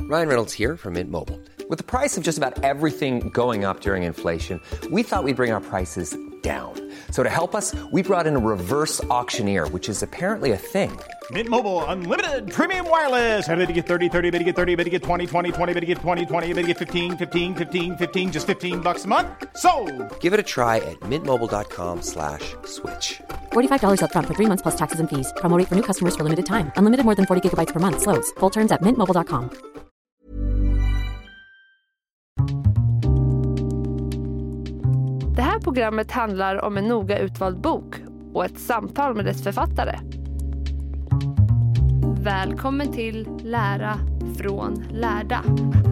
Ryan Reynolds here from Mint Mobile. With the price of just about everything going up during inflation, we thought we'd bring our prices down. So to help us, we brought in a reverse auctioneer, which is apparently a thing. Mint Mobile Unlimited Premium Wireless. How to get 30, 30, bit to get 30, bit to get 20, 20, 20, bit to get 20, 20, bit to get 15, 15, 15, 15, just $15 a month? Sold! Give it a try at mintmobile.com/switch. $45 up front for 3 months plus taxes and fees. Promo rate for new customers for limited time. Unlimited more than 40 gigabytes per month. Slows full terms at mintmobile.com. Det här programmet handlar om en noga utvald bok och ett samtal med dess författare. Välkommen till Lära från lärda.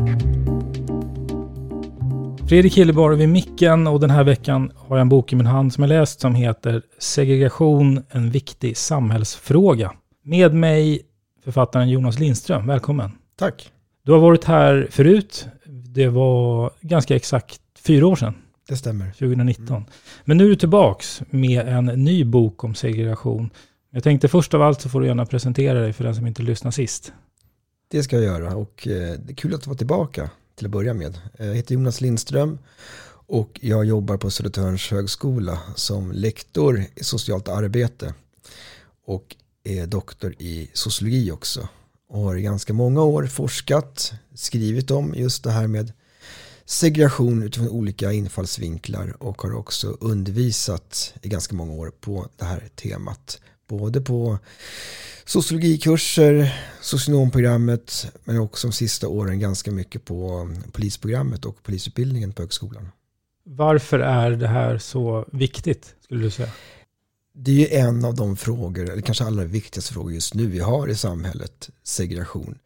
Fredrik Hilleborg vid micken, och den här veckan har jag en bok i min hand som jag läst som heter Segregation, en viktig samhällsfråga. Med mig författaren Jonas Lindström. Välkommen. Tack. Du har varit här förut. Det var ganska exakt 4 år sedan. Det stämmer. 2019. Men nu är du tillbaks med en ny bok om segregation. Jag tänkte först av allt så får du gärna presentera dig för den som inte lyssnar sist. Det ska jag göra, och det är kul att vara tillbaka till att börja med. Jag heter Jonas Lindström och jag jobbar på Södertörns högskola som lektor i socialt arbete och är doktor i sociologi också. Och har i ganska många år forskat, skrivit om just det här med segregation utifrån olika infallsvinklar, och har också undervisat i ganska många år på det här temat. Både på sociologikurser, socionomprogrammet, men också de sista åren ganska mycket på polisprogrammet och polisutbildningen på högskolan. Varför är det här så viktigt, skulle du säga? Det är ju en av de frågor, eller kanske allra viktigaste frågor just nu vi har i samhället, segregation.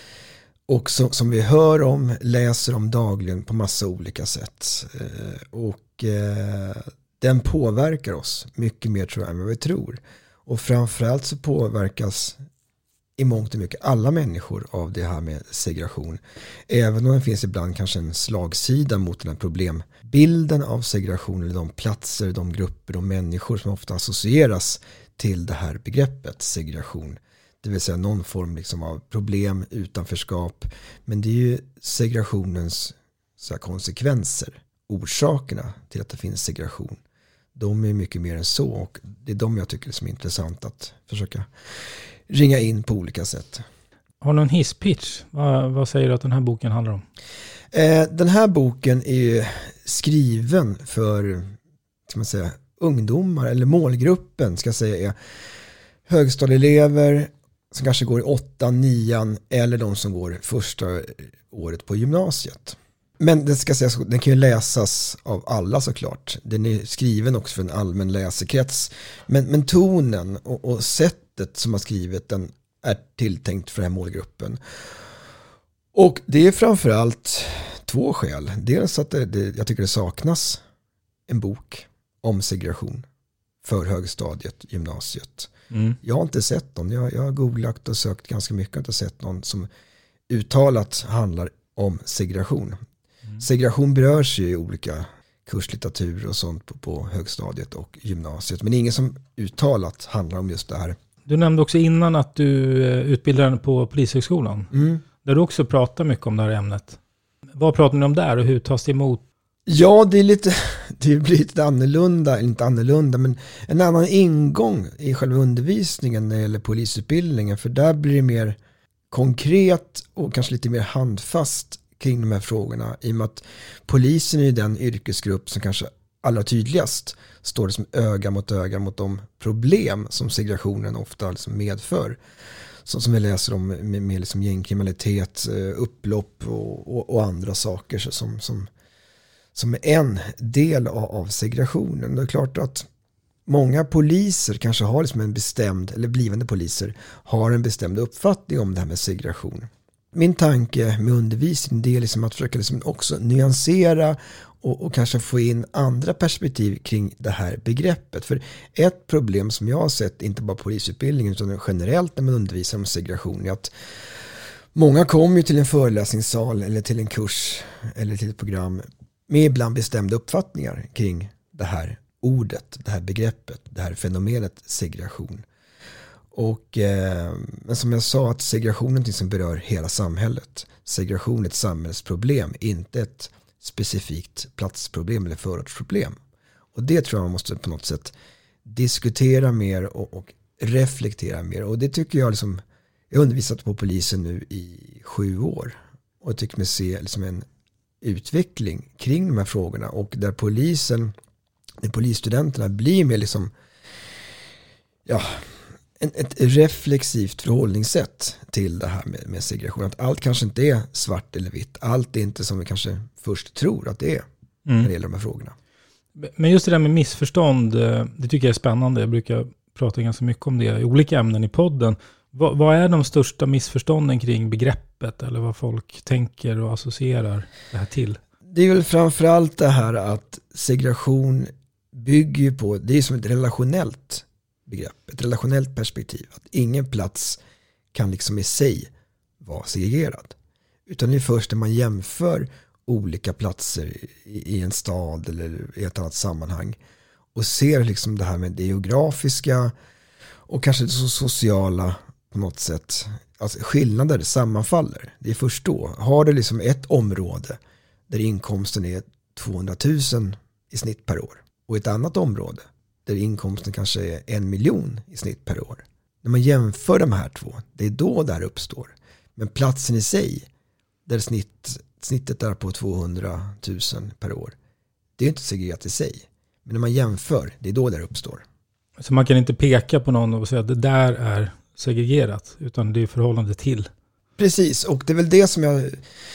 Och som vi hör om, läser om dagligen på massa olika sätt. Och den påverkar oss mycket mer, tror jag, än vad vi tror. Och framförallt så påverkas i mångt och mycket alla människor av det här med segregation. Även om det finns ibland kanske en slagsida mot den här problembilden av segregation, eller de platser, de grupper, de människor som ofta associeras till det här begreppet segregation. Det vill säga någon form liksom av problem, utanförskap. Men det är ju segregationens så här konsekvenser, orsakerna till att det finns segregation. De är mycket mer än så, och det är de jag tycker är intressant att försöka ringa in på olika sätt. Har du någon hisspitch? Vad säger du att den här boken handlar om? Den här boken är skriven för, ska man säga, ungdomar, eller målgruppen ska jag säga är högstadieelever som kanske går i 8, 9 eller de som går första året på gymnasiet. Men det ska sägas, den kan ju läsas av alla såklart. Den är skriven också för en allmän läsekrets. Men tonen och sättet som har skrivit den är tilltänkt för den här målgruppen. Och det är framförallt 2 skäl. Dels att jag tycker det saknas en bok om segregation för högstadiet, gymnasiet. Jag har inte sett någon. Jag har googlat och sökt ganska mycket och inte sett någon som uttalat handlar om segregation. Segregation berörs ju i olika kurslitteratur och sånt på högstadiet och gymnasiet. Men ingen som uttalat handlar om just det här. Du nämnde också innan att du utbildade på Polishögskolan. Där du också pratar mycket om det här ämnet. Vad pratar ni om där och hur tas det emot? Ja, det blir lite annorlunda, inte annorlunda, men en annan ingång i själva undervisningen när det gäller polisutbildningen. För där blir det mer konkret och kanske lite mer handfast kring de här frågorna, i och med att polisen är den yrkesgrupp som kanske allra tydligast står som öga mot de problem som segregationen ofta liksom medför. Så som vi läser om med liksom gängkriminalitet, upplopp och andra saker som är en del av segregationen. Det är klart att många poliser kanske har liksom en bestämd, eller blivande poliser har en bestämd uppfattning om det här med segregation. Min tanke med undervisning, det är liksom att försöka liksom också nyansera och kanske få in andra perspektiv kring det här begreppet. För ett problem som jag har sett, inte bara på polisutbildningen utan generellt när man undervisar om segregation, är att många kommer ju till en föreläsningssal eller till en kurs eller till ett program med ibland bestämda uppfattningar kring det här ordet, det här begreppet, det här fenomenet segregation. Men som jag sa, att segregation är någonting som berör hela samhället. Segregation är ett samhällsproblem, inte ett specifikt platsproblem eller förortsproblem. Och det tror jag man måste på något sätt diskutera mer och reflektera mer. Och det tycker jag liksom, jag har undervisat på polisen nu i 7 år. Och jag tycker mig se liksom en utveckling kring de här frågorna. Och där polisstudenterna blir mer liksom, ett reflexivt förhållningssätt till det här med segregation. Att allt kanske inte är svart eller vitt. Allt är inte som vi kanske först tror att det är när det gäller de här frågorna. Men just det där med missförstånd, det tycker jag är spännande. Jag brukar prata ganska mycket om det i olika ämnen i podden. Vad är de största missförstånden kring begreppet eller vad folk tänker och associerar det här till? Det är väl framförallt det här att segregation bygger på, det är som ett relationellt begrepp, ett relationellt perspektiv. Att ingen plats kan liksom i sig vara segregerad. Utan det är först när man jämför olika platser i en stad eller i ett annat sammanhang och ser liksom det här med det geografiska och kanske det sociala på något sätt. Alltså skillnader sammanfaller. Det är först då. Har du liksom ett område där inkomsten är 200 000 i snitt per år och ett annat område där inkomsten kanske är 1 miljon i snitt per år. När man jämför de här två, det är då det här uppstår. Men platsen i sig, där snittet är på 200 000 per år, det är inte segregerat i sig. Men när man jämför, det är då det här uppstår. Så man kan inte peka på någon och säga att det där är segregerat, utan det är förhållande till. Precis, och det är väl det som jag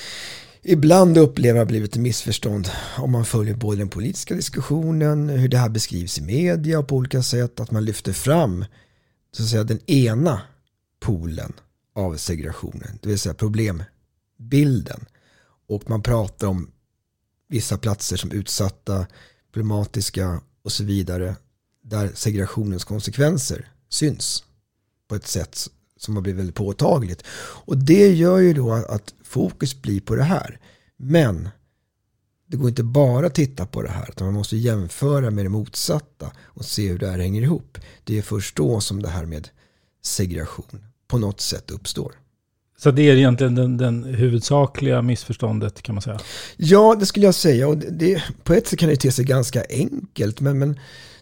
ibland upplever har blivit ett missförstånd om man följer både den politiska diskussionen, hur det här beskrivs i media och på olika sätt, att man lyfter fram så att säga den ena polen av segregationen, det vill säga problembilden, och man pratar om vissa platser som utsatta, problematiska och så vidare, där segregationens konsekvenser syns på ett sätt som har blivit väldigt påtagligt. Och det gör ju då att fokus blir på det här. Men det går inte bara att titta på det här, utan man måste jämföra med det motsatta och se hur det här hänger ihop. Det är först då som det här med segregation på något sätt uppstår. Så det är egentligen den huvudsakliga missförståndet, kan man säga? Ja, det skulle jag säga. Och på ett sätt kan det te sig ganska enkelt, men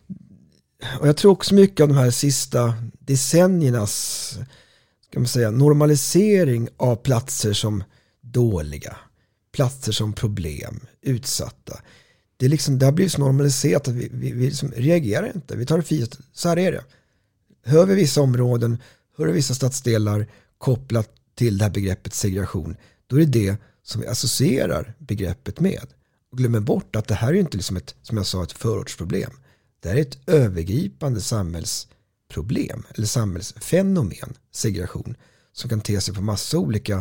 och jag tror också mycket av de här sista decenniernas, ska man säga, normalisering av platser som dåliga, platser som problem, utsatta. Det har blivit så normaliserat att vi liksom reagerar inte. Vi tar det fiat, så här är det. Hör vi vissa områden, hör vi vissa stadsdelar kopplat till det här begreppet segregation, då är det som vi associerar begreppet med. Och glömmer bort att det här är inte liksom som jag sa, ett förortsproblem. Det här är ett övergripande samhällsproblem eller samhällsfenomen, segregation, som kan te sig på massa olika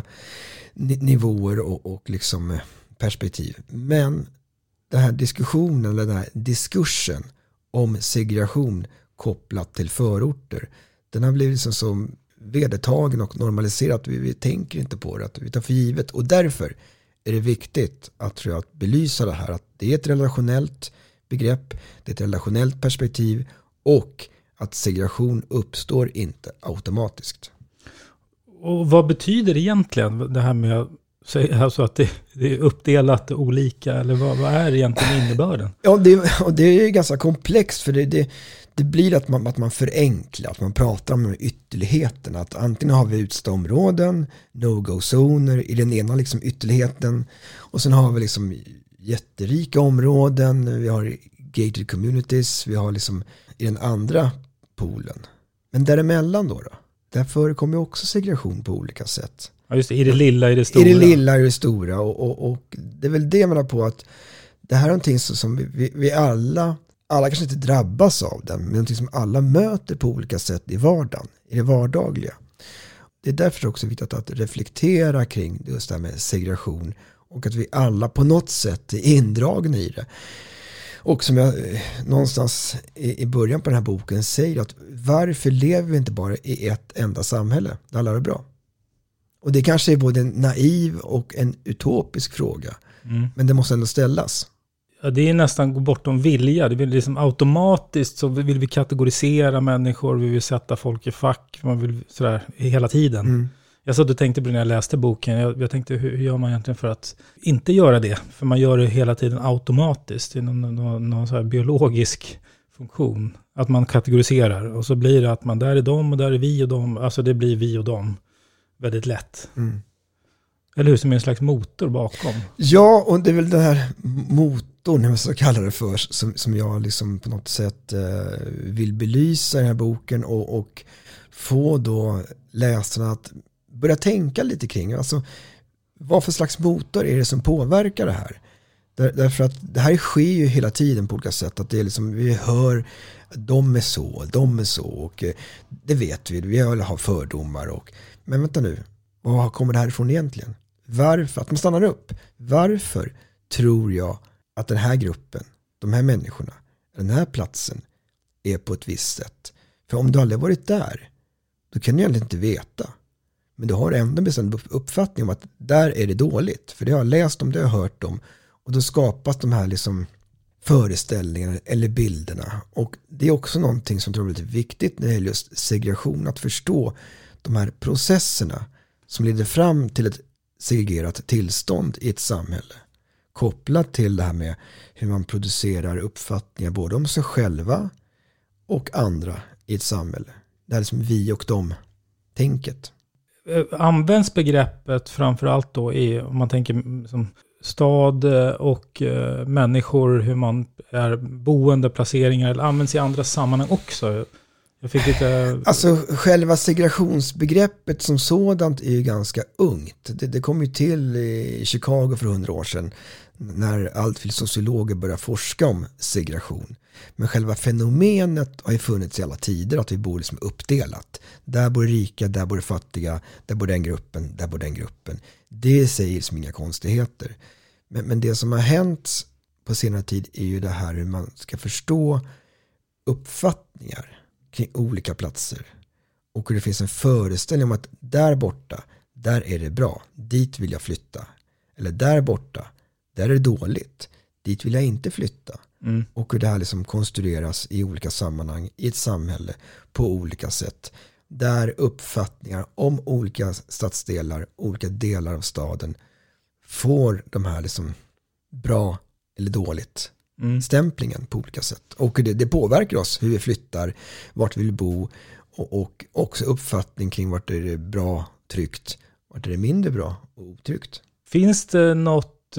nivåer och liksom perspektiv. Men den här diskussionen eller den här diskursen om segregation kopplat till förorter, den har blivit liksom så vedertagen och normaliserat. Vi tänker inte på det, att vi tar för givet, och därför är det viktigt att belysa det här, att det är ett relationellt begrepp, det är ett relationellt perspektiv och att segregation uppstår inte automatiskt. Och vad betyder egentligen det här med alltså att det är uppdelat olika, eller vad är egentligen innebörden? Ja, det är ganska komplext, för det blir att man förenklar, att man pratar om de ytterligheterna, att antingen har vi utsatta områden, no-go-zoner i den ena liksom ytterligheten, och sen har vi liksom jätterika områden, vi har gated communities, vi har liksom i den andra polen. Men däremellan då? Där förekommer också segregation på olika sätt. Ja, just det, i det lilla, i det stora. I det lilla, i det stora. Och det är väl det man har på, att det här är någonting som vi alla kanske inte drabbas av den, men någonting som alla möter på olika sätt i vardagen, i det vardagliga. Det är därför också viktigt att reflektera kring just det här med segregation, och att vi alla på något sätt är indragna i det. Och som jag någonstans i början på den här boken säger, att varför lever vi inte bara i ett enda samhälle där alla är bra? Och det kanske är både en naiv och en utopisk fråga. Men det måste ändå ställas. det är nästan gå bortom vilja. Det blir liksom automatiskt så vill vi kategorisera människor, vi vill sätta folk i fack, man vill sådär hela tiden. Mm. Jag satt och tänkte på det när jag läste boken. Jag tänkte, hur gör man egentligen för att inte göra det? För man gör det hela tiden automatiskt. Det är någon så här biologisk funktion. Att man kategoriserar. Och så blir det att man där är dem och där är vi och dem. Alltså det blir vi och dem väldigt lätt. Mm. Eller hur, som en slags motor bakom. Ja, och det är väl den här motorn, jag så kallar det för, som jag liksom på något sätt vill belysa i den här boken och få då läsarna att börja tänka lite kring. Alltså, vad för slags motor är det som påverkar det här? Därför att det här sker ju hela tiden på olika sätt. Att det är liksom, vi hör de är så och det vet vi har fördomar. Men vänta nu, var kommer det här ifrån egentligen? Varför? Att man stannar upp. Varför tror jag att den här gruppen, de här människorna, den här platsen är på ett visst sätt? För om du aldrig varit där, då kan du egentligen inte veta. Men du har ändå en bestämd uppfattning om att där är det dåligt. För det har jag läst om, det har jag hört om. Och då skapas de här liksom föreställningarna eller bilderna. Och det är också någonting som jag tror är väldigt viktigt när det gäller just segregation. Att förstå de här processerna som leder fram till ett segregerat tillstånd i ett samhälle. Kopplat till det här med hur man producerar uppfattningar både om sig själva och andra i ett samhälle. Det är liksom vi och dem-tänket. Används begreppet framförallt då i, om man tänker som stad och människor, hur man är boendeplaceringar, eller används i andra sammanhang också? Jag fick lite... Alltså själva segregationsbegreppet som sådant är ju ganska ungt. Det kom ju till i Chicago för 100 år sedan när allt fler sociologer började forska om segregation. Men själva fenomenet har ju funnits i alla tider, att vi bor liksom uppdelat. Där bor rika, där bor fattiga, där bor den gruppen, där bor den gruppen. Det säger som inga konstigheter. Men det som har hänt på senare tid är ju det här hur man ska förstå uppfattningar kring olika platser. Och hur det finns en föreställning om att där borta, där är det bra. Dit vill jag flytta. Eller där borta, där är det dåligt. Dit vill jag inte flytta. Mm. Och hur det här liksom konstrueras i olika sammanhang i ett samhälle på olika sätt. Där uppfattningar om olika stadsdelar, olika delar av staden får de här liksom bra eller dåligt stämplingen på olika sätt. Och det påverkar oss hur vi flyttar, vart vi vill bo och också uppfattning kring vart är det bra, tryggt, vart är det mindre bra och otryggt. Finns det något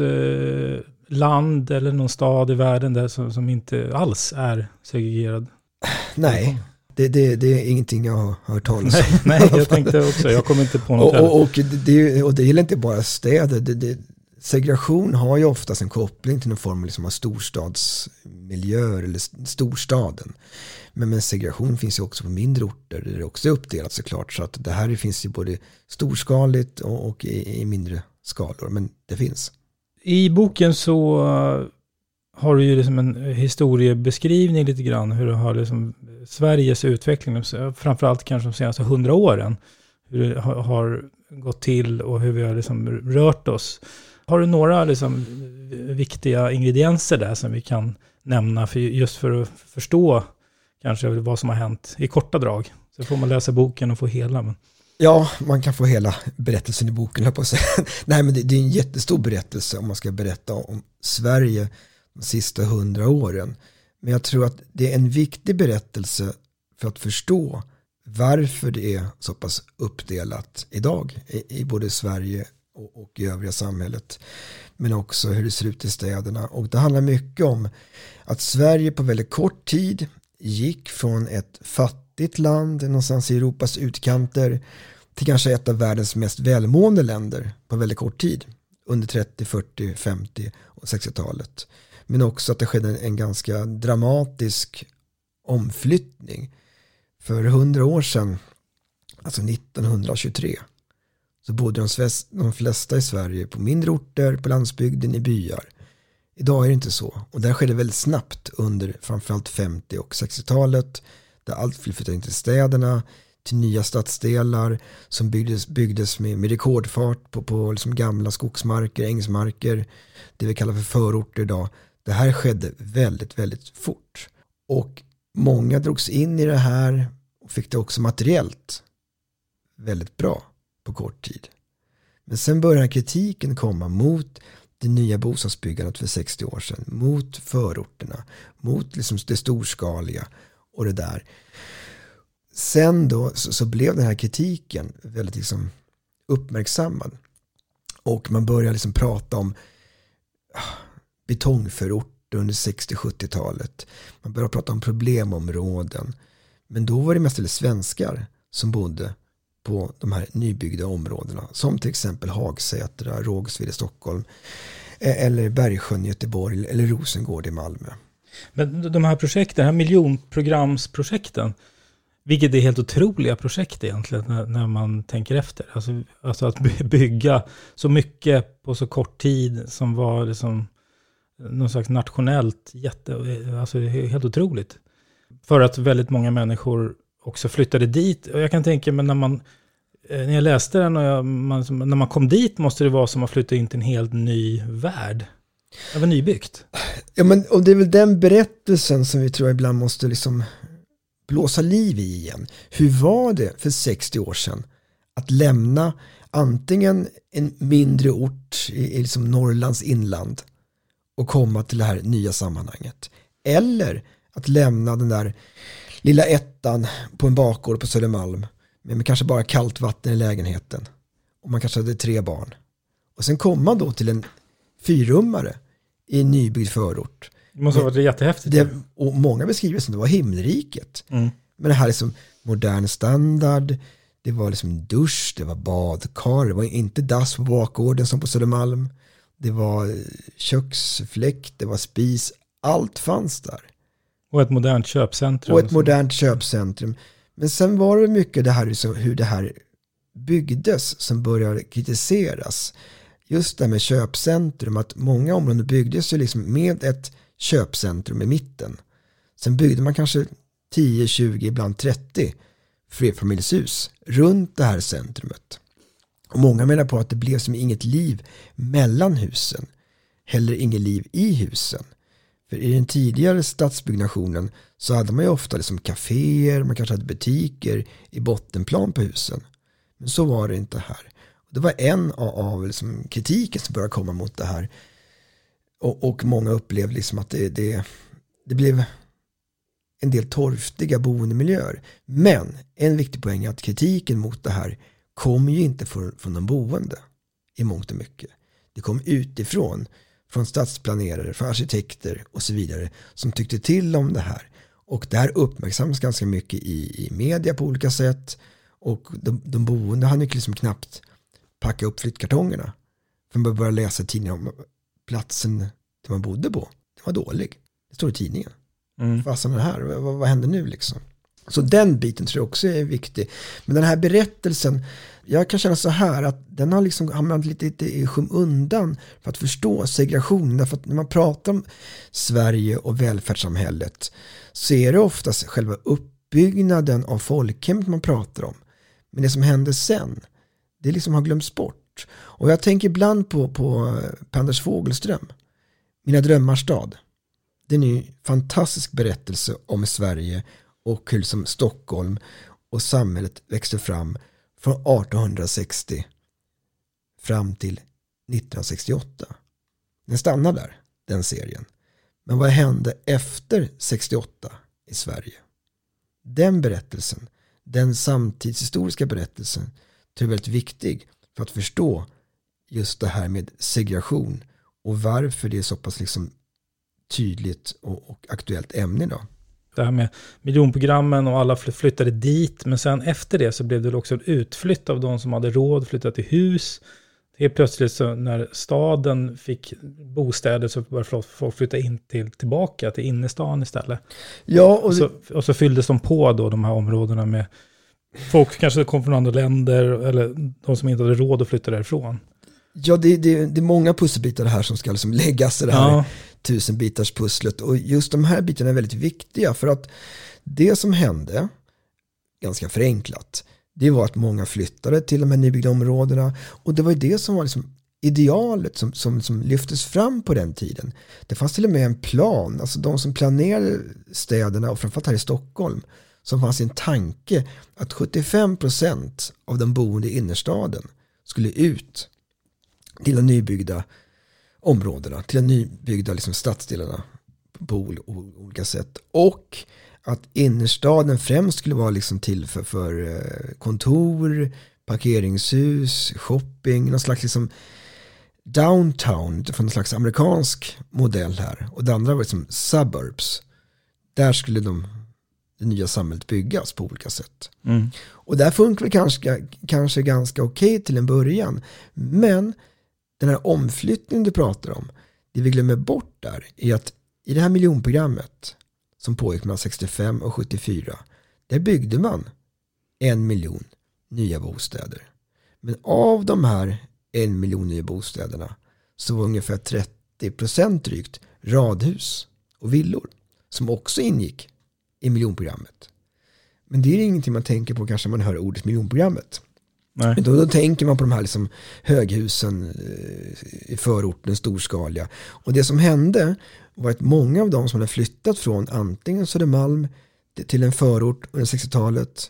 land eller någon stad i världen där som inte alls är segregerad? Nej, det är ingenting jag har hört talas om. Nej, jag tänkte också, jag kommer inte på något. Och det gäller inte bara städer. Segregation har ju oftast en koppling till någon form liksom av storstadsmiljöer eller storstaden. Men segregation finns ju också på mindre orter där det också är uppdelat såklart. Så att det här finns ju både storskaligt och i mindre skalor. Men det finns. I boken så har du ju liksom en historiebeskrivning lite grann hur det har liksom Sveriges utveckling, framförallt kanske de senaste 100 åren, hur det har gått till och hur vi har liksom rört oss. Har du några liksom viktiga ingredienser där som vi kan nämna just för att förstå kanske vad som har hänt i korta drag? Så får man läsa boken och få hela. Men... Ja, man kan få hela berättelsen i boken. På sig. Nej, men det är en jättestor berättelse om man ska berätta om Sverige de sista 100 åren. Men jag tror att det är en viktig berättelse för att förstå varför det är så pass uppdelat idag i både Sverige och i övriga samhället. Men också hur det ser ut i städerna. Och det handlar mycket om att Sverige på väldigt kort tid gick från ett fattigt land någonstans i Europas utkanter till kanske ett av världens mest välmående länder på väldigt kort tid. Under 30, 40, 50 och 60-talet. Men också att det skedde en ganska dramatisk omflyttning. För 100 år sedan, alltså 1923, så bodde de flesta i Sverige på mindre orter, på landsbygden, i byar. Idag är det inte så. Och det skedde väldigt snabbt under framförallt 50- och 60-talet. Där allt flyttade in till städerna, till nya stadsdelar som byggdes med rekordfart på liksom gamla skogsmarker, ängsmarker. Det vi kallar för förorter idag. Det här skedde väldigt, väldigt fort. Och många drogs in i det här och fick det också materiellt väldigt bra på kort tid. Men sen började kritiken komma mot det nya bostadsbyggandet för 60 år sedan. Mot förorterna. Mot liksom det storskaliga och det där. Sen då så blev den här kritiken väldigt liksom uppmärksammad. Och man började liksom prata om betongförorter under 60-70-talet. Man började prata om problemområden. Men då var det mestadels svenskar som bodde på de här nybyggda områdena. Som till exempel Hagsätra, Rågsved i Stockholm. Eller Bergsjön i Göteborg. Eller Rosengård i Malmö. Men de här projekten, de här miljonprogramsprojekten, vilket är helt otroliga projekt egentligen när man tänker efter. Alltså att bygga så mycket på så kort tid som var liksom någon slags nationellt alltså det är helt otroligt. För att väldigt många människor också flyttade dit. Och jag kan tänka mig när jag läste den och när man kom dit måste det vara som att flytta in till en helt ny värld. Det var nybyggt. Ja, men och det är väl den berättelsen som vi tror ibland måste liksom blåsa liv i igen. Hur var det för 60 år sedan att lämna antingen en mindre ort i liksom Norrlands inland och komma till det här nya sammanhanget? Eller att lämna den där lilla ettan på en bakgård på Södermalm med kanske bara kallt vatten i lägenheten. Och man kanske hade 3 barn. Och sen komma då till en 4-rummare i en nybyggd förort. Det måste ha varit jättehäftigt. Och många beskriver det som det var himmelriket. Men det här är liksom modern standard. Det var liksom dusch, det var badkar. Det var inte dass på bakgården som på Södermalm. Det var köksfläkt, det var spis. Allt fanns där. Och ett modernt köpcentrum. Men sen var det mycket det här liksom, hur det här byggdes som började kritiseras. Just det med köpcentrum, att många områden byggdes ju liksom med ett köpcentrum i mitten. Sen byggde man kanske 10, 20, ibland 30 flerfamiljshus runt det här centrumet. Och många menar på att det blev som inget liv mellan husen. Heller inget liv i husen. För i den tidigare stadsbyggnationen så hade man ju ofta liksom kaféer, man kanske hade butiker i bottenplan på husen. Men så var det inte här. Det var en av liksom kritiken som började komma mot det här. Och många upplevde liksom att det blev en del torftiga boendemiljöer. Men en viktig poäng är att kritiken mot det här kom ju inte från de boende i mångt och mycket. Det kom utifrån, från stadsplanerare, från arkitekter och så vidare som tyckte till om det här. Och det här uppmärksammas ganska mycket i media på olika sätt. Och de boende hann ju liksom knappt packa upp flyttkartongerna. För man började läsa tidningar om platsen där man bodde på. Det var dålig. Det står i tidningen. Fasen det här, vad händer nu liksom? Så den biten tror jag också är viktig. Men den här berättelsen, jag kan känna så här att den har liksom hamnat lite i skymundan för att förstå segregation. Därför att när man pratar om Sverige och välfärdssamhället så är det oftast själva uppbyggnaden av folkhemmet man pratar om. Men det som hände sen, det liksom har glömts bort. Och jag tänker ibland på Anders Fogelström, Mina drömmars stad. Det är en fantastisk berättelse om Sverige och hur som Stockholm och samhället växte fram från 1860 fram till 1968. Den stannar där, den serien. Men vad hände efter 68 i Sverige? Den berättelsen, den samtidshistoriska berättelsen, tror jag är väldigt viktig för att förstå just det här med segregation och varför det är så pass liksom tydligt och aktuellt ämne idag. Det här med miljonprogrammen och alla flyttade dit, men sen efter det så blev det också en utflytt av de som hade råd flytta till hus. Helt plötsligt så när staden fick bostäder så började folk flytta in tillbaka till innerstan istället. Ja, och så fylldes de på då de här områdena med folk kanske kom från andra länder eller de som inte hade råd att flytta därifrån. Ja, det är många pusselbitar här som ska liksom läggas i det här 1000-bitars pusslet. Och just de här bitarna är väldigt viktiga för att det som hände, ganska förenklat, det var att många flyttade till de här nybyggda områdena. Och det var ju det som var liksom idealet som lyftes fram på den tiden. Det fanns till och med en plan, alltså de som planerade städerna och framförallt här i Stockholm, som fanns en tanke att 75% av de boende i innerstaden skulle ut till de nybyggda områdena, till de nybyggda liksom stadsdelarna på olika sätt. Och att innerstaden främst skulle vara liksom till för kontor, parkeringshus, shopping, någon slags liksom downtown från en slags amerikansk modell här. Och det andra var liksom suburbs. Där skulle det nya samhället byggas på olika sätt. Mm. Och där funkar det kanske ganska okej till en början. Men den här omflyttningen du pratar om, det vi glömmer bort där är att i det här miljonprogrammet som pågick mellan 65 och 74, där byggde man 1 miljon nya bostäder. Men av de här 1 miljon nya bostäderna så var ungefär 30% drygt radhus och villor som också ingick i miljonprogrammet. Men det är ingenting man tänker på kanske när man hör ordet miljonprogrammet. Nej. Då tänker man på de här liksom höghusen i förorten, storskaliga. Och det som hände var att många av dem som hade flyttat från antingen Södermalm till en förort under 60-talet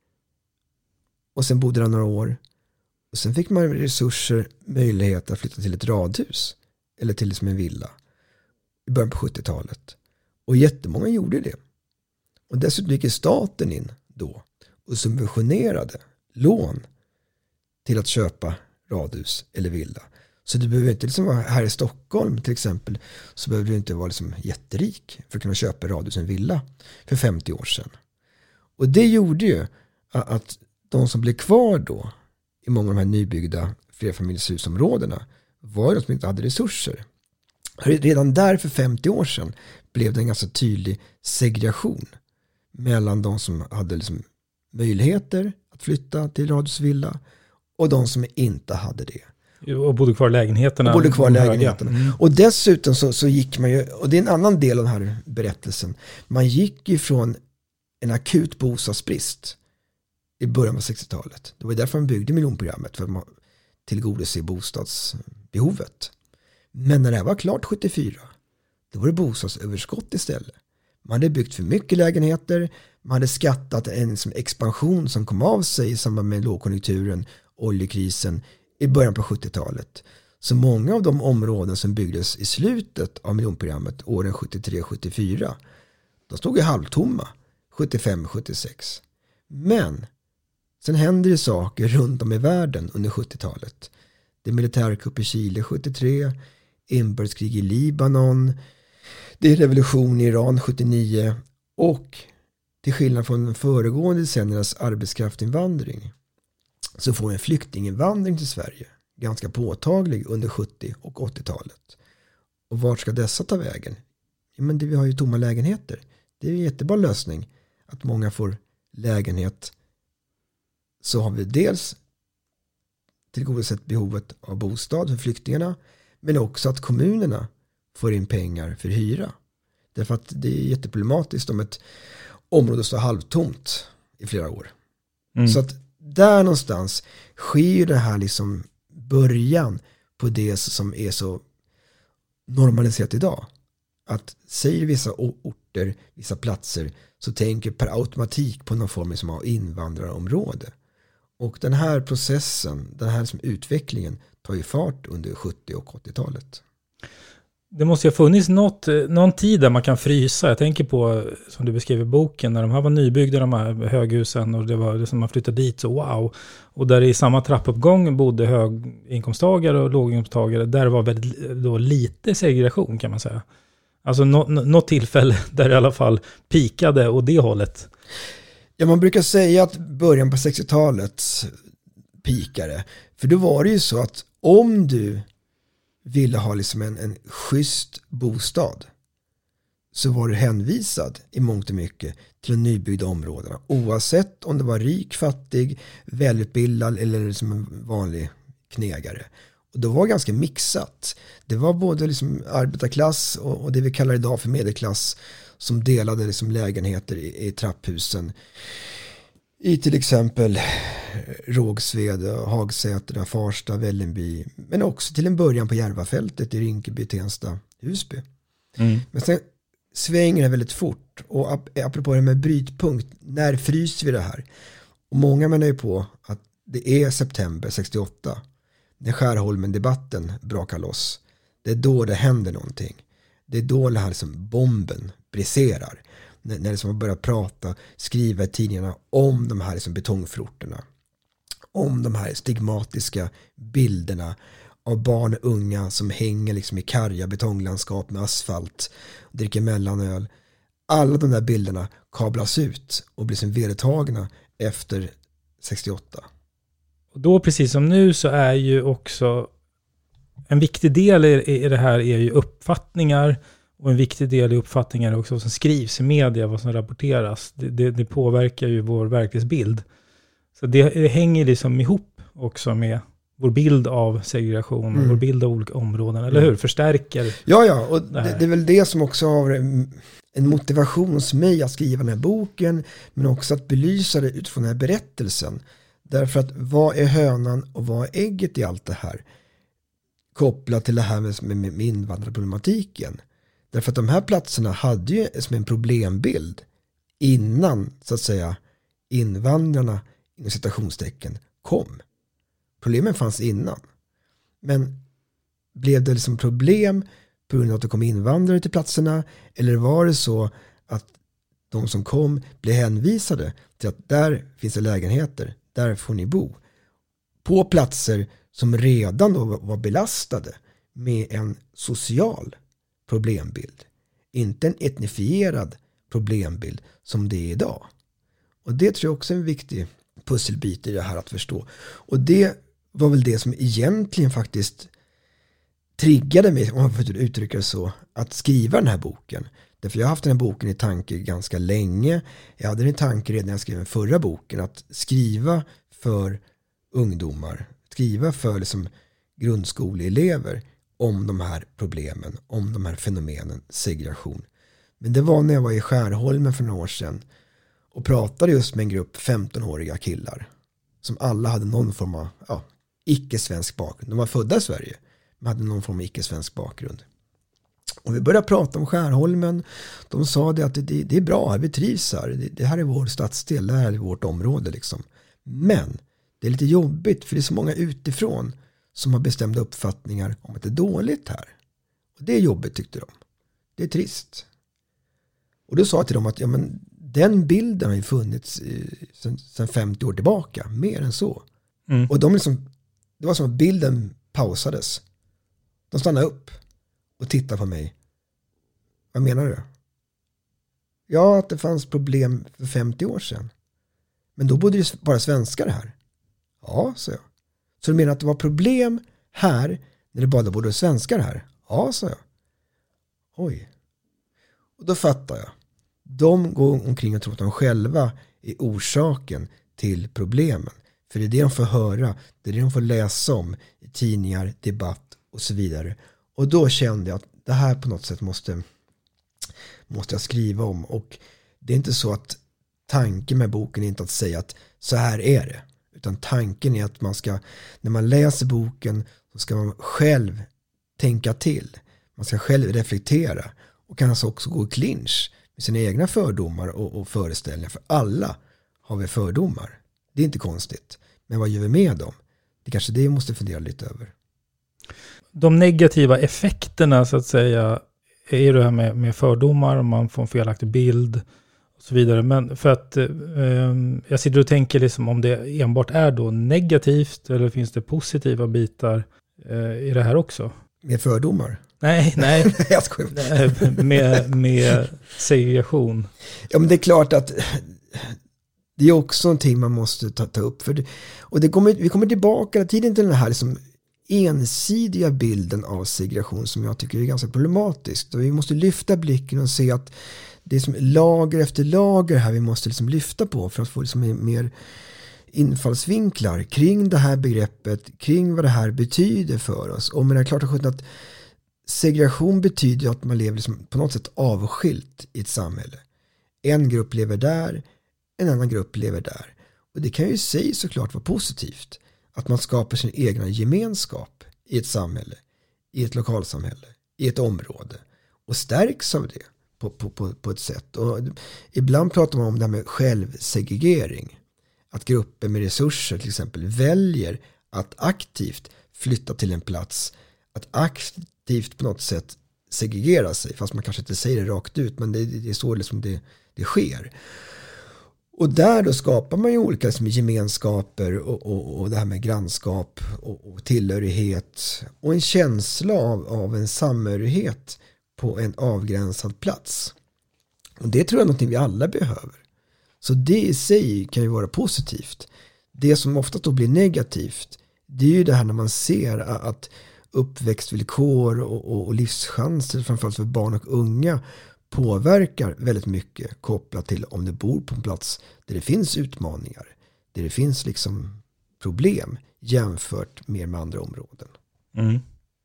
och sen bodde där några år. Och sen fick man resurser, möjlighet att flytta till ett radhus eller till liksom en villa i början på 70-talet. Och jättemånga gjorde det. Och dessutom gick staten in då och subventionerade lån till att köpa radhus eller villa. Så du behöver inte liksom vara här i Stockholm till exempel, så behöver du inte vara liksom jätterik för att kunna köpa radhus och en villa för 50 år sedan. Och det gjorde ju att de som blev kvar då i många av de här nybyggda flerfamiljshusområdena var de som inte hade resurser. Redan där för 50 år sedan blev det en ganska tydlig segregation mellan de som hade liksom möjligheter att flytta till radhusvilla och de som inte hade det. Och bodde kvar i lägenheterna. Och dessutom så gick man ju, och det är en annan del av den här berättelsen, man gick ju från en akut bostadsbrist i början av 60-talet. Det var därför man byggde miljonprogrammet, för att tillgodose bostadsbehovet. Men när det var klart 74, då var det bostadsöverskott istället. Man hade byggt för mycket lägenheter, man hade skattat en expansion som kom av sig i samband med lågkonjunkturen, oljekrisen i början på 70-talet. Så många av de områden som byggdes i slutet av miljonprogrammet åren 73-74, de stod ju halvtomma 75-76. Men sen händer det saker runt om i världen under 70-talet. Det är militärkupp i Chile 73, inbördeskrig i Libanon, det är revolution i Iran 79 och till skillnad från den föregående decenniernas arbetskraftinvandring så får en flyktinginvandring till Sverige ganska påtaglig under 70- och 80-talet. Och vart ska dessa ta vägen? Ja, men vi har ju tomma lägenheter. Det är en jättebra lösning att många får lägenhet. Så har vi dels tillgodosett behovet av bostad för flyktingarna, men också att kommunerna får in pengar för hyra. Därför att det är jätteproblematiskt om ett område står halvtomt i flera år. Mm. Så att där någonstans sker det här liksom början på det som är så normaliserat idag. Att säger vissa orter, vissa platser, så tänker per automatik på någon form som har invandrarområde. Och den här processen, den här som utvecklingen tar ju fart under 70- och 80-talet. Det måste ju ha funnits någon tid där man kan frysa. Jag tänker på, som du beskrev i boken, när de här var nybyggda, de här höghusen, och det var det som man flyttade dit, så wow. Och där i samma trappuppgång bodde höginkomsttagare och låginkomsttagare, där var väldigt då lite segregation kan man säga. Alltså något tillfälle där i alla fall pikade åt det hållet. Ja, man brukar säga att början på 60-talet pikade. För då var det ju så att om du ville ha liksom en schysst bostad, så var du hänvisad i mångt och mycket till de nybyggda områdena. Oavsett om det var rik, fattig, välutbildad eller liksom en vanlig knegare. Och det var ganska mixat. Det var både liksom arbetarklass och det vi kallar idag för medelklass som delade liksom lägenheter i trapphusen. i till exempel Rågsved, Hagsätra, Farsta, Vällingby, men också till en början på Järvafältet i Rinkeby, Tensta, Husby. Men sen svänger det väldigt fort, och apropå det med brytpunkt, när fryser vi det här? Och många menar ju på att det är september 68 när Skärholmen-debatten brakar loss. Det är då det händer någonting. Det är då det här som bomben briserar. När det som man börjar prata, skriva i tidningarna om de här liksom betongflorterna. Om de här stigmatiska bilderna av barn och unga som hänger liksom i karga betonglandskap med asfalt och dricker mellanöl. Alla de där bilderna kablas ut och blir som vedertagna efter 68. Och då, precis som nu, så är ju också en viktig del i det här är ju uppfattningar, och en viktig del i uppfattningar är också vad som skrivs i media, vad som rapporteras. Det påverkar ju vår verklighetsbild. Så det hänger liksom ihop också med vår bild av segregation och vår bild av olika områden, eller hur? Förstärker. Ja, och det är väl det som också har en motivation hos mig att skriva den här boken, men också att belysa det utifrån den här berättelsen. Därför att vad är hönan och vad är ägget i allt det här? Kopplat till det här med invandrarproblematiken. Därför att de här platserna hade ju som en problembild innan, så att säga, invandrarna inom citationstecken kom. Problemen fanns innan. Men blev det liksom problem på grund av att det kom invandrare till platserna, eller var det så att de som kom blev hänvisade till att där finns det lägenheter, där får ni bo, på platser som redan då var belastade med en social problembild, inte en etnifierad problembild som det är idag. Och det tror jag också är en viktig pusselbit i det här att förstå. Och det var väl det som egentligen faktiskt triggade mig, om man får uttrycka det så, att skriva den här boken. Därför jag har haft den här boken i tanke ganska länge. Jag hade den i tanke redan när jag skrev den förra boken, att skriva för ungdomar, skriva för liksom grundskoleelever om de här problemen, om de här fenomenen, segregation. Men det var när jag var i Skärholmen för några år sedan och pratade just med en grupp 15-åriga killar som alla hade någon form av icke-svensk bakgrund. De var födda i Sverige, men hade någon form av icke-svensk bakgrund. Och vi började prata om Skärholmen. De sa det att det är bra, vi trivs här. Det här är vår stadsdel, det här är vårt område liksom. Men det är lite jobbigt, för det är så många utifrån som har bestämda uppfattningar om att det är dåligt här. Och det är jobbigt, tyckte de. Det är trist. Och då sa jag till dem att den bilden har ju funnits sedan 50 år tillbaka. Mer än så. Och det var som att bilden pausades. De stannade upp och tittade på mig. Vad menar du? Ja, att det fanns problem för 50 år sedan. Men då bodde det bara svenskar här. Ja, sa jag. Så du menar att det var problem här när det bara bodde svenskar här? Ja, sa jag. Oj. Och då fattar jag. De går omkring och tror att de själva är orsaken till problemen. För det är det de får höra. Det är det de får läsa om i tidningar, debatt och så vidare. Och då kände jag att det här på något sätt måste jag skriva om. Och det är inte så att tanken med boken är inte att säga att så här är det. Utan tanken är att man ska, när man läser boken, så ska man själv tänka till. Man ska själv reflektera. Och kanske också gå i clinch med sina egna fördomar och föreställningar. För alla har vi fördomar. Det är inte konstigt. Men vad gör vi med dem? Det är kanske det vi måste fundera lite över. De negativa effekterna, så att säga, är det här med fördomar, om man får en felaktig bild och så vidare. Men för att jag sitter och tänker liksom om det enbart är då negativt, eller finns det positiva bitar i det här också? Med fördomar? Nej. Jag skojar. med segregation. Ja, men det är klart att det är också någonting man måste ta upp. Och vi kommer tillbaka tiden till den här liksom ensidiga bilden av segregation som jag tycker är ganska problematiskt. Och vi måste lyfta blicken och se att det är som lager efter lager här vi måste liksom lyfta på för att få liksom mer infallsvinklar kring det här begreppet, kring vad det här betyder för oss. Och men det är klart att segregation betyder att man lever liksom på något sätt avskilt i ett samhälle. En grupp lever där, en annan grupp lever där. Och det kan ju i sig såklart vara positivt. Att man skapar sin egna gemenskap i ett samhälle, i ett lokalsamhälle, i ett område. Och stärks av det på ett sätt. Och ibland pratar man om det här med självsegregering. Att grupper med resurser till exempel väljer att aktivt flytta till en plats. Att aktivt på något sätt segregera sig. Fast man kanske inte säger det rakt ut. Men det är så liksom det sker. Och där då skapar man ju olika liksom, gemenskaper och det här med grannskap och tillhörighet. Och en känsla av en samhörighet på en avgränsad plats. Och det tror jag är någonting vi alla behöver. Så det i sig kan ju vara positivt. Det som ofta då blir negativt, det är ju det här när man ser att uppväxtvillkor och livschanser framförallt för barn och unga påverkar väldigt mycket kopplat till om du bor på en plats där det finns utmaningar, där det finns liksom problem jämfört med andra områden. Mm.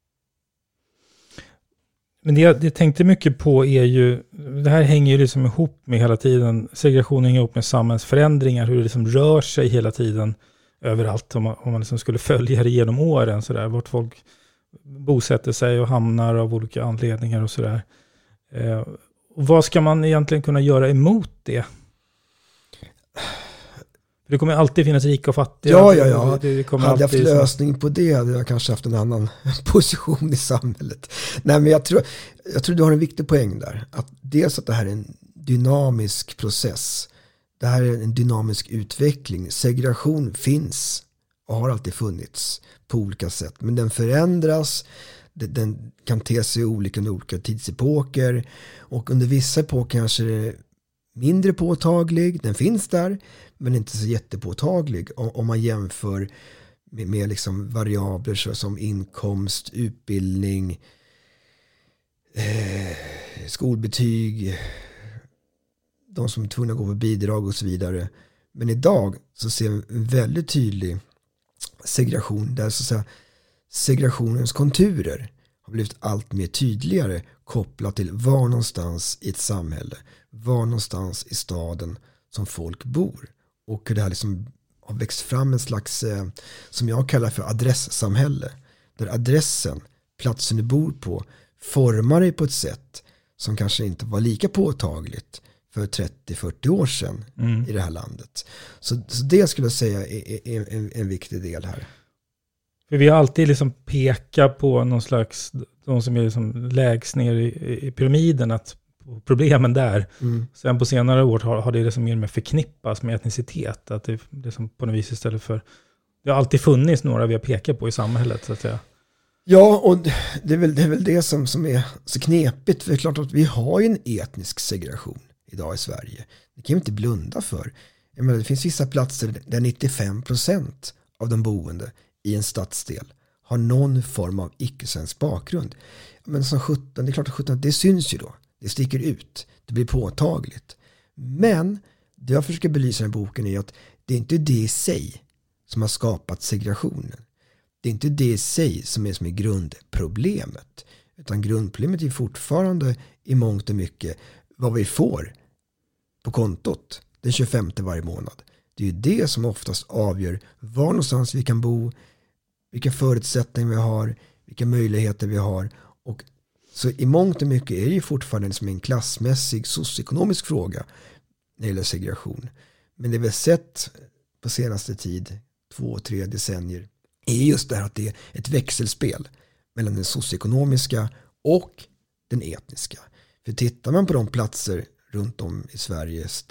Men det jag tänkte mycket på är ju, det här hänger ju liksom ihop med hela tiden, segregationen hänger ihop med samhällsförändringar, hur det liksom rör sig hela tiden överallt om man liksom skulle följa det genom åren sådär, vart folk bosätter sig och hamnar av olika anledningar och sådär. Och vad ska man egentligen kunna göra emot det? Det kommer alltid finnas rika och fattiga. Ja. Det kommer hade jag haft alltid lösning på det hade jag kanske haft en annan position i samhället. Nej, men jag tror du har en viktig poäng där. Att dels att det här är en dynamisk process. Det här är en dynamisk utveckling. Segregation finns och har alltid funnits på olika sätt. Men den förändras. Den kan te sig olika under olika tidsepoker. Och under vissa epoker kanske det är mindre påtaglig. Den finns där. Men inte så jättepåtaglig om man jämför med liksom variabler som inkomst, utbildning, skolbetyg, de som är tvungna att gå på bidrag och så vidare. Men idag så ser vi en väldigt tydlig segregation där så att säga segregationens konturer har blivit allt mer tydligare kopplat till var någonstans i ett samhälle, var någonstans i staden som folk bor. Och hur det här liksom har växt fram en slags, som jag kallar för adresssamhälle. Där adressen, platsen du bor på, formar dig på ett sätt som kanske inte var lika påtagligt för 30-40 år sedan i det här landet. Så det skulle jag säga är en viktig del här. För vi har alltid liksom pekat på någon slags, de som är liksom lägst ner i pyramiden, att problemen där. Sen på senare år har det liksom mer med förknippas med etnicitet. Att det som på något vis istället för, det har alltid funnits några vi har pekat på i samhället så att säga. Ja, och det är väl det som är så knepigt. För det är klart att vi har ju en etnisk segregation idag i Sverige. Det kan vi inte blunda för. Jag menar, det finns vissa platser där 95% av de boende i en stadsdel har någon form av icke-svensk bakgrund. Men som 17, det är klart att 17, det syns ju då. Det sticker ut. Det blir påtagligt. Men det jag försöker belysa i den boken är att det är inte det i sig som har skapat segregationen. Det är inte det i sig som är grundproblemet. Utan grundproblemet är fortfarande i mångt och mycket vad vi får på kontot den 25 varje månad. Det är ju det som oftast avgör var någonstans vi kan bo, vilka förutsättningar vi har, vilka möjligheter vi har. Och så i mångt och mycket är det ju fortfarande som en klassmässig socioekonomisk fråga när det gäller segregation. Men det vi har sett på senaste tid, 2-3 decennier, är just det här att det är ett växelspel mellan den socioekonomiska och den etniska. För tittar man på de platser runt om i Sveriges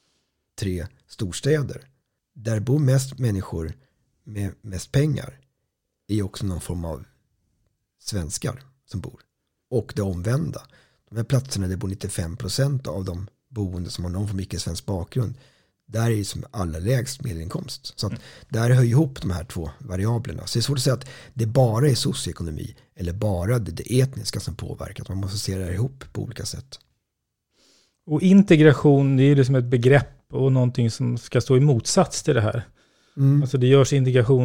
3 storstäder, där bor mest människor med mest pengar, är också någon form av svenskar som bor. Och det omvända. De här platserna där bor 95% av de boende som har någon form av icke-svensk bakgrund, där är det som allra lägst medelinkomst. Så att där hör ihop de här 2 variablerna. Så det är svårt att säga att det bara är socioekonomi eller bara det etniska som påverkar. Man måste se det här ihop på olika sätt. Och integration, det är ju liksom ett begrepp och någonting som ska stå i motsats till det här. Alltså det görs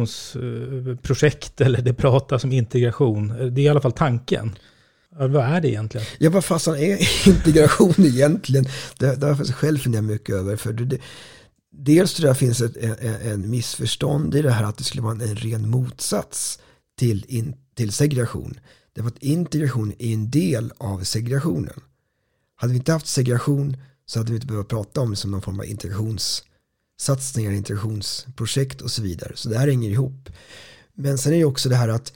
integrationsprojekt eller det pratas om integration. Det är i alla fall tanken. Vad är det egentligen? Ja, vad fasen är integration egentligen? Det har jag själv funderat mycket över. För dels tror jag finns en missförstånd i det här att det skulle vara en ren motsats till segregation. Därför att integration är en del av segregationen. Hade vi inte haft segregation så hade vi inte behövt prata om det som någon form av integrationssatsningar, integrationsprojekt och så vidare. Så det här hänger ihop. Men sen är det också det här att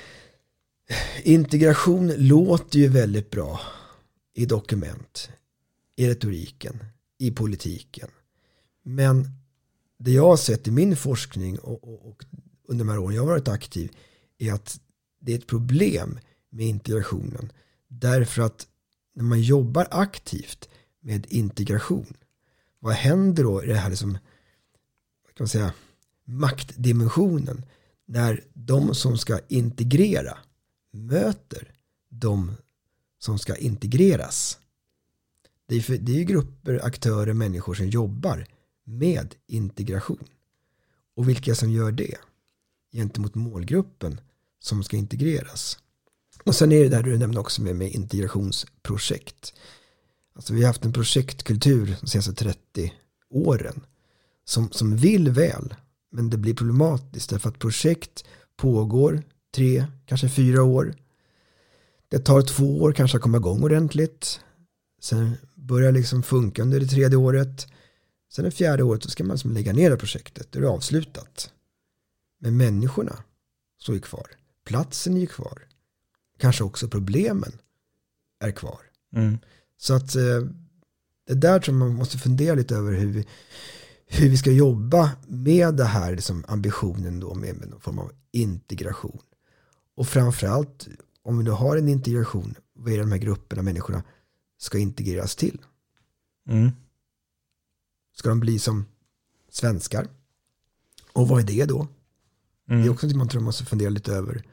integration låter ju väldigt bra i dokument, i retoriken, i politiken. Men det jag har sett i min forskning och under de här åren jag har varit aktiv är att det är ett problem med integrationen. Därför att när man jobbar aktivt med integration, vad händer då i det här liksom, vad kan man säga, maktdimensionen när de som ska integrera möter de som ska integreras? Det är ju grupper, aktörer, människor som jobbar med integration. Och vilka som gör det gentemot målgruppen som ska integreras. Och sen är det där du nämnde också med integrationsprojekt. Alltså vi har haft en projektkultur de senaste 30 åren som vill väl, men det blir problematiskt därför att projekt pågår 3, kanske 4 år. Det tar 2 år kanske att komma igång ordentligt. Sen börjar liksom funka under det 3:e året. Sen det 4:e året så ska man liksom lägga ner det projektet. Det är avslutat. Men människorna står ju kvar. Platsen är ju kvar. Kanske också problemen är kvar. Mm. Så att det där tror man måste fundera lite över hur vi ska jobba med det här liksom ambitionen då med någon form av integration. Och framförallt om vi nu har en integration, vad är de här grupperna människorna ska integreras till? Mm. Ska de bli som svenskar? Och vad är det då? Mm. Det är också något man tror man måste fundera lite över.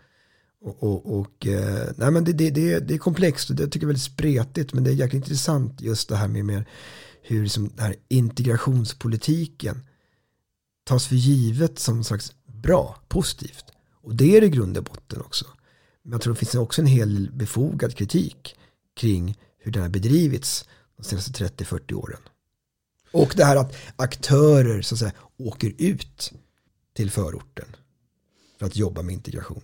Nej, men det är komplext och det tycker jag är väldigt spretigt, men det är jäkligt intressant just det här med hur liksom den här integrationspolitiken tas för givet som slags bra, positivt. Och det är i grund och botten också. Men jag tror det finns också en hel befogad kritik kring hur den har bedrivits de senaste 30-40 åren. Och det här att aktörer så att säga åker ut till förorten för att jobba med integration.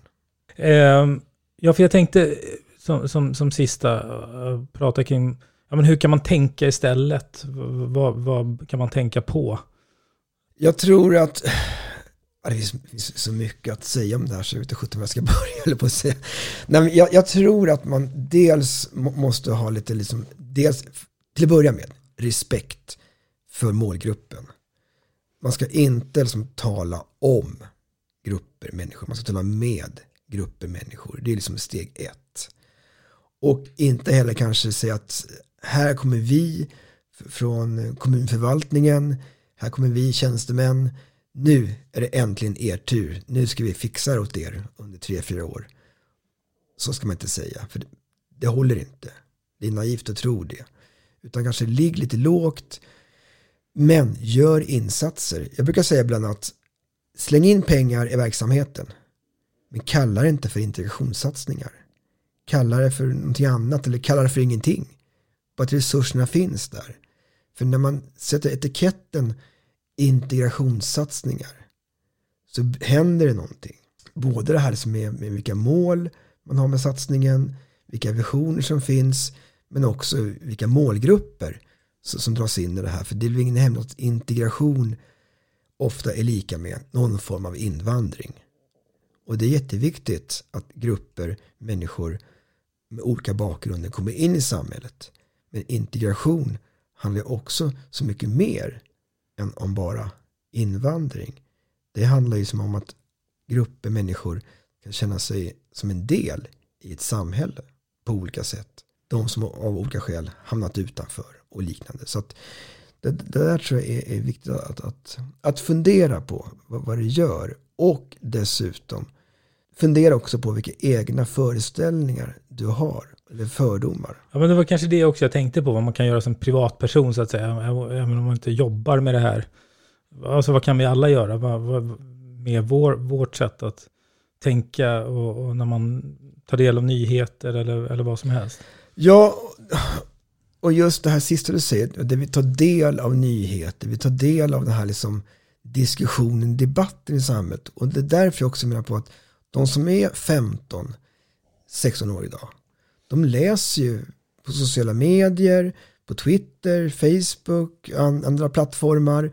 Ja, för jag tänkte som sista prata kring men hur kan man tänka istället? Vad kan man tänka på? Jag tror att det finns så mycket att säga om det här så jag vet inte vad jag ska börja eller på att säga. Nej, men jag tror att man dels måste ha lite liksom, dels till att börja med respekt för målgruppen. Man ska inte liksom tala om grupper människor, man ska tala med grupper människor. Det är liksom steg 1. Och inte heller kanske säga att här kommer vi från kommunförvaltningen, här kommer vi tjänstemän, nu är det äntligen er tur, nu ska vi fixa det åt er under 3-4 år. Så ska man inte säga, för det håller inte. Det är naivt att tro det. Utan kanske ligg lite lågt, men gör insatser. Jag brukar säga bland annat, släng in pengar i verksamheten, men kalla det inte för integrationssatsningar. Kalla det för någonting annat eller kalla det för ingenting. Bara att resurserna finns där. För när man sätter etiketten integrationssatsningar så händer det någonting. Både det här som är med vilka mål man har med satsningen, vilka visioner som finns, men också vilka målgrupper som dras in i det här. För det är väl ingen hemlighet att integration ofta är lika med någon form av invandring. Och det är jätteviktigt att grupper, människor med olika bakgrunder kommer in i samhället. Men integration handlar också så mycket mer än om bara invandring. Det handlar ju som om att grupper, människor kan känna sig som en del i ett samhälle på olika sätt. De som av olika skäl hamnat utanför och liknande. Så att det där tror jag är viktigt att fundera på vad det gör. Och dessutom fundera också på vilka egna föreställningar du har eller fördomar. Ja, men det var kanske det också jag tänkte på, vad man kan göra som privatperson så att säga, även om man inte jobbar med det här. Alltså vad kan vi alla göra med vårt sätt att tänka och när man tar del av nyheter eller vad som helst? Ja, Och just det här sista du säger, där vi tar del av nyheter, vi tar del av den här liksom diskussionen, debatten i samhället. Och det är därför jag också menar på att de som är 15, 16 år idag, de läser ju på sociala medier, på Twitter, Facebook, andra plattformar,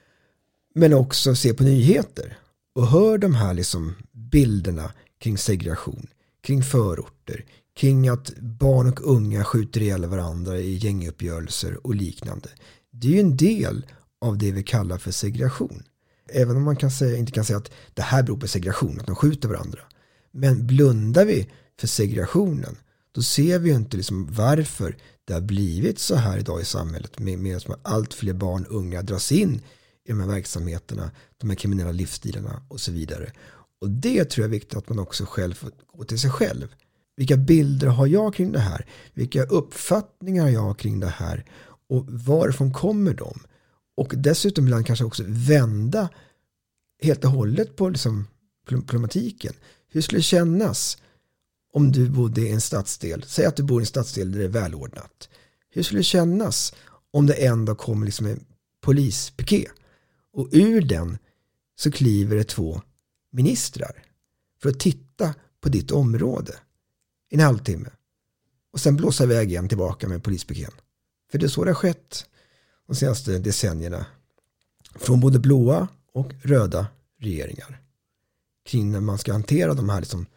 men också ser på nyheter och hör de här liksom bilderna kring segregation, kring förorter, kring att barn och unga skjuter ihjäl varandra i gänguppgörelser och liknande. Det är ju en del av det vi kallar för segregation. Även om man inte kan säga att det här beror på segregation, att de skjuter varandra. Men blundar vi för segregationen, då ser vi ju inte liksom varför det har blivit så här idag i samhället med att allt fler barn och unga dras in i de här verksamheterna, de här kriminella livsstilarna och så vidare. Och det tror jag är viktigt att man också själv får gå till sig själv. Vilka bilder har jag kring det här? Vilka uppfattningar har jag kring det här? Och varifrån kommer de? Och dessutom ibland kanske också vända helt och hållet på liksom problematiken. Hur skulle det kännas om du bodde i en stadsdel? Säg att du bor i en stadsdel där det är välordnat. Hur skulle det kännas om det ändå kommer liksom en polispiket? Och ur den så kliver det 2 ministrar för att titta på ditt område i en halvtimme. Och sen blåsa iväg igen tillbaka med polispiken. För det är så det har skett de senaste decennierna. Från både blåa och röda regeringar. Kring när man ska hantera de här liksom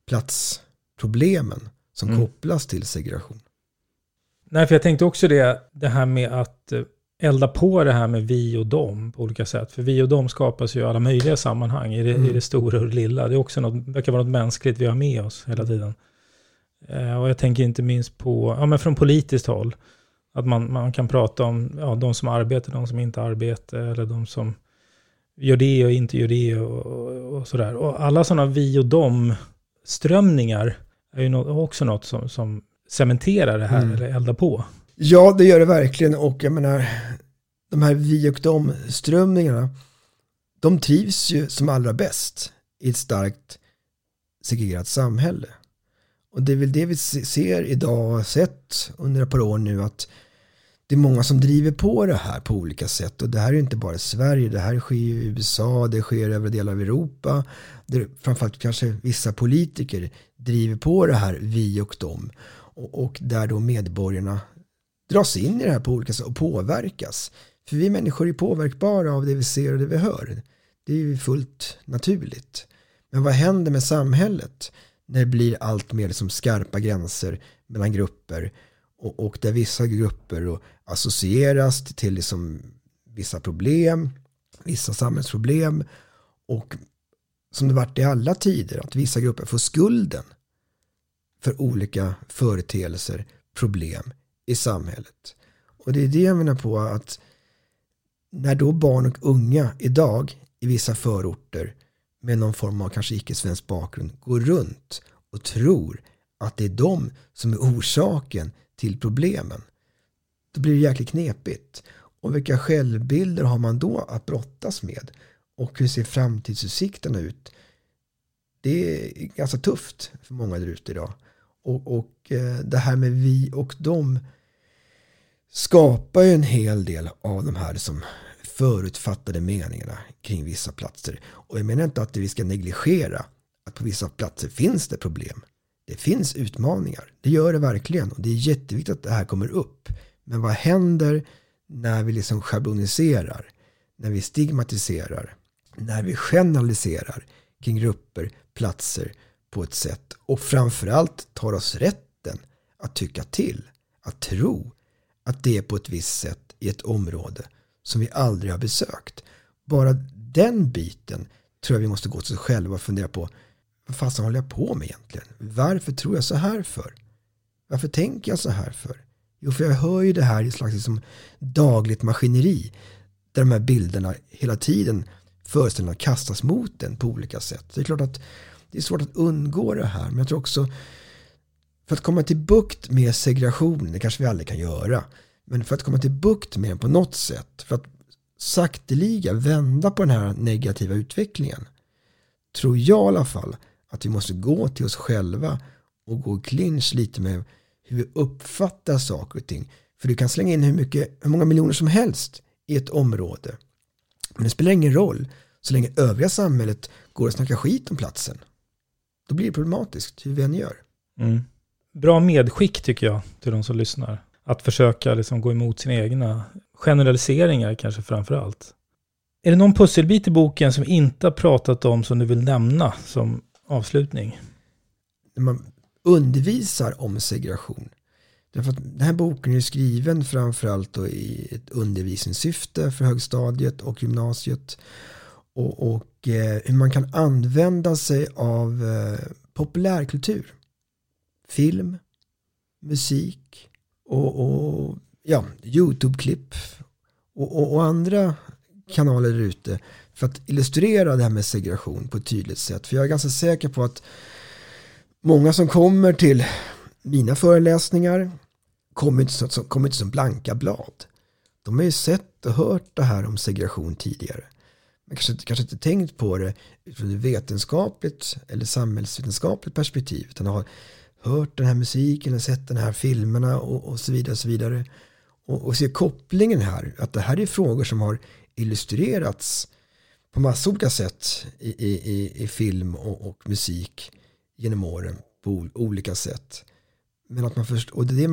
platsproblemen som kopplas till segregation. Nej, för jag tänkte också det här med att elda på det här med vi och dem på olika sätt. För vi och dem skapas ju i alla möjliga sammanhang. I det stora och det lilla. Det är också verkar vara något mänskligt vi har med oss hela tiden. Och jag tänker inte minst på, men från politiskt håll. Att man kan prata om de som arbetar, de som inte arbetar. Eller de som gör det och inte gör det och sådär. Och alla sådana vi och dem strömningar är ju också något som cementerar det här eller eldar på. Ja, det gör det verkligen. Och jag menar, de här vi och de strömningarna, de trivs ju som allra bäst i ett starkt segregerat samhälle. Och det är väl det vi ser idag och har sett under ett par år nu, att det är många som driver på det här på olika sätt. Och det här är inte bara Sverige, det här sker i USA, det sker över delar av Europa. Framförallt kanske vissa politiker driver på det här vi och dem. Och där då medborgarna dras in i det här på olika sätt och påverkas. För vi människor är påverkbara av det vi ser och det vi hör. Det är ju fullt naturligt. Men vad händer med samhället när det blir allt mer liksom skarpa gränser mellan grupper och där vissa grupper då associeras till liksom vissa problem, vissa samhällsproblem, och som det varit i alla tider att vissa grupper får skulden för olika företeelser, problem i samhället. Och det är det jag menar på, att när då barn och unga idag i vissa förorter med någon form av kanske icke-svensk bakgrund går runt och tror att det är de som är orsaken till problemen, då blir det jäkligt knepigt. Och vilka självbilder har man då att brottas med? Och hur ser framtidsutsikterna ut? Det är ganska tufft för många där ute idag. Och det här med vi och dem skapar ju en hel del av de här som förutfattade meningarna kring vissa platser. Och jag menar inte att vi ska negligera att på vissa platser finns det problem. Det finns utmaningar. Det gör det verkligen. Och det är jätteviktigt att det här kommer upp. Men vad händer när vi liksom schabloniserar? När vi stigmatiserar? När vi generaliserar kring grupper, platser på ett sätt? Och framförallt tar oss rätten att tycka till. Att tro att det är på ett visst sätt i ett område som vi aldrig har besökt. Bara den biten tror jag vi måste gå till oss själva och fundera på: vad fasen håller jag på med egentligen? Varför tror jag så här för? Varför tänker jag så här för? Jo, för jag hör ju det här i ett slags liksom dagligt maskineri där de här bilderna hela tiden föreställningarna kastas mot den på olika sätt. Så det är klart att det är svårt att undgå det här, men jag tror också för att komma till bukt med segregationen, det kanske vi aldrig kan göra, men för att komma till bukt med den på något sätt, för att sakteliga vända på den här negativa utvecklingen, tror jag i alla fall att vi måste gå till oss själva och gå i clinch lite med hur vi uppfattar saker och ting. För du kan slänga in hur många miljoner som helst i ett område. Men det spelar ingen roll så länge övriga samhället går och snackar skit om platsen. Då blir det problematiskt hur vi än gör. Mm. Bra medskick tycker jag till de som lyssnar. Att försöka liksom gå emot sina egna generaliseringar kanske framför allt. Är det någon pusselbit i boken som inte har pratat om som du vill nämna som avslutning? När man undervisar om segregation. Därför att den här boken är skriven framförallt då i ett undervisningssyfte för högstadiet och gymnasiet. Och hur man kan använda sig av populärkultur. Film, musik och YouTube-klipp och andra kanaler där ute för att illustrera det här med segregation på ett tydligt sätt. För jag är ganska säker på att många som kommer till mina föreläsningar kommer inte som blanka blad. De har ju sett och hört det här om segregation tidigare. Men kanske inte tänkt på det utifrån ett vetenskapligt eller samhällsvetenskapligt perspektiv, utan har hört den här musiken och sett den här filmerna och så vidare och så vidare. Och se kopplingen här, att det här är frågor som har illustrerats på massa olika sätt i film och musik genom åren på olika sätt. Men att man först, och det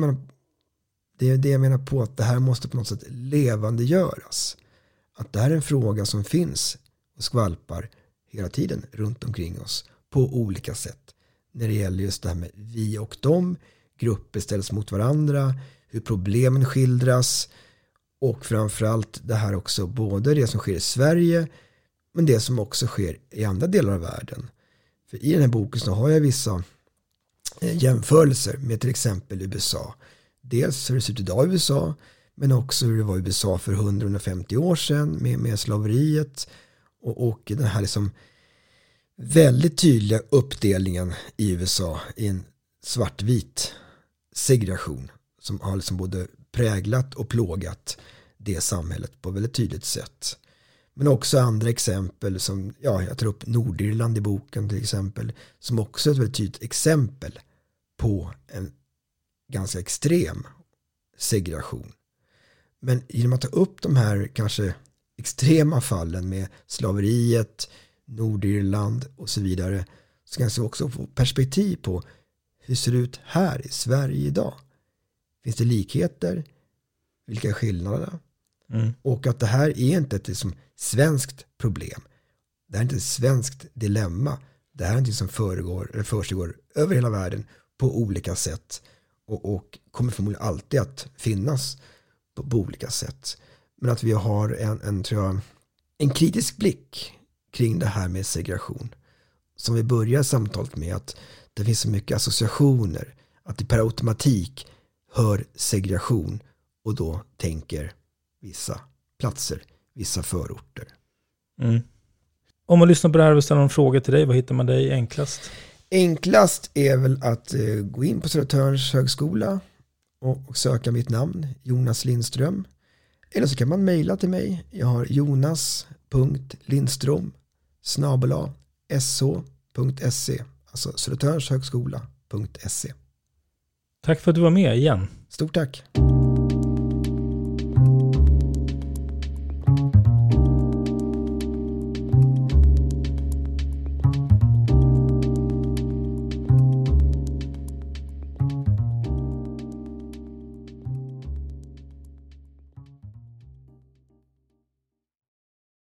är det jag menar på, att det här måste på något sätt levandegöras. Att det här är en fråga som finns och skvalpar hela tiden runt omkring oss på olika sätt. När det gäller just det här med vi och dem, grupper ställs mot varandra, hur problemen skildras och framförallt det här också både det som sker i Sverige men det som också sker i andra delar av världen. För i den här boken så har jag vissa jämförelser med till exempel USA. Dels hur det ser ut idag i USA, men också hur det var i USA för 100-150 år sedan med slaveriet och den här liksom väldigt tydliga uppdelningen i USA i en svartvit segregation som har liksom både präglat och plågat det samhället på väldigt tydligt sätt. Men också andra exempel som, jag tar upp Nordirland i boken till exempel, som också är ett väldigt tydligt exempel på en ganska extrem segregation. Men genom att ta upp de här kanske extrema fallen med slaveriet, Nordirland och så vidare, så kan jag också få perspektiv på hur ser det ut här i Sverige idag. Finns det likheter? Vilka är skillnaderna? Och att det här är inte ett liksom svenskt problem. Det här är inte ett svenskt dilemma. Det här är något som försiggår över hela världen på olika sätt och kommer förmodligen alltid att finnas på olika sätt. Men att vi har en kritisk blick kring det här med segregation. Som vi börjar samtalet med, att det finns så mycket associationer, att det per automatik hör segregation och då tänker vissa platser, vissa förorter. Om man lyssnar på det här och ställer någon fråga till dig, vad hittar man dig enklast? Enklast är väl att gå in på Södertörns högskola och söka mitt namn, Jonas Lindström. Eller så kan man mejla till mig. Jag har jonas.lindstrom@so.se, alltså Södertörnshögskola.se. Tack för att du var med igen. Stort tack.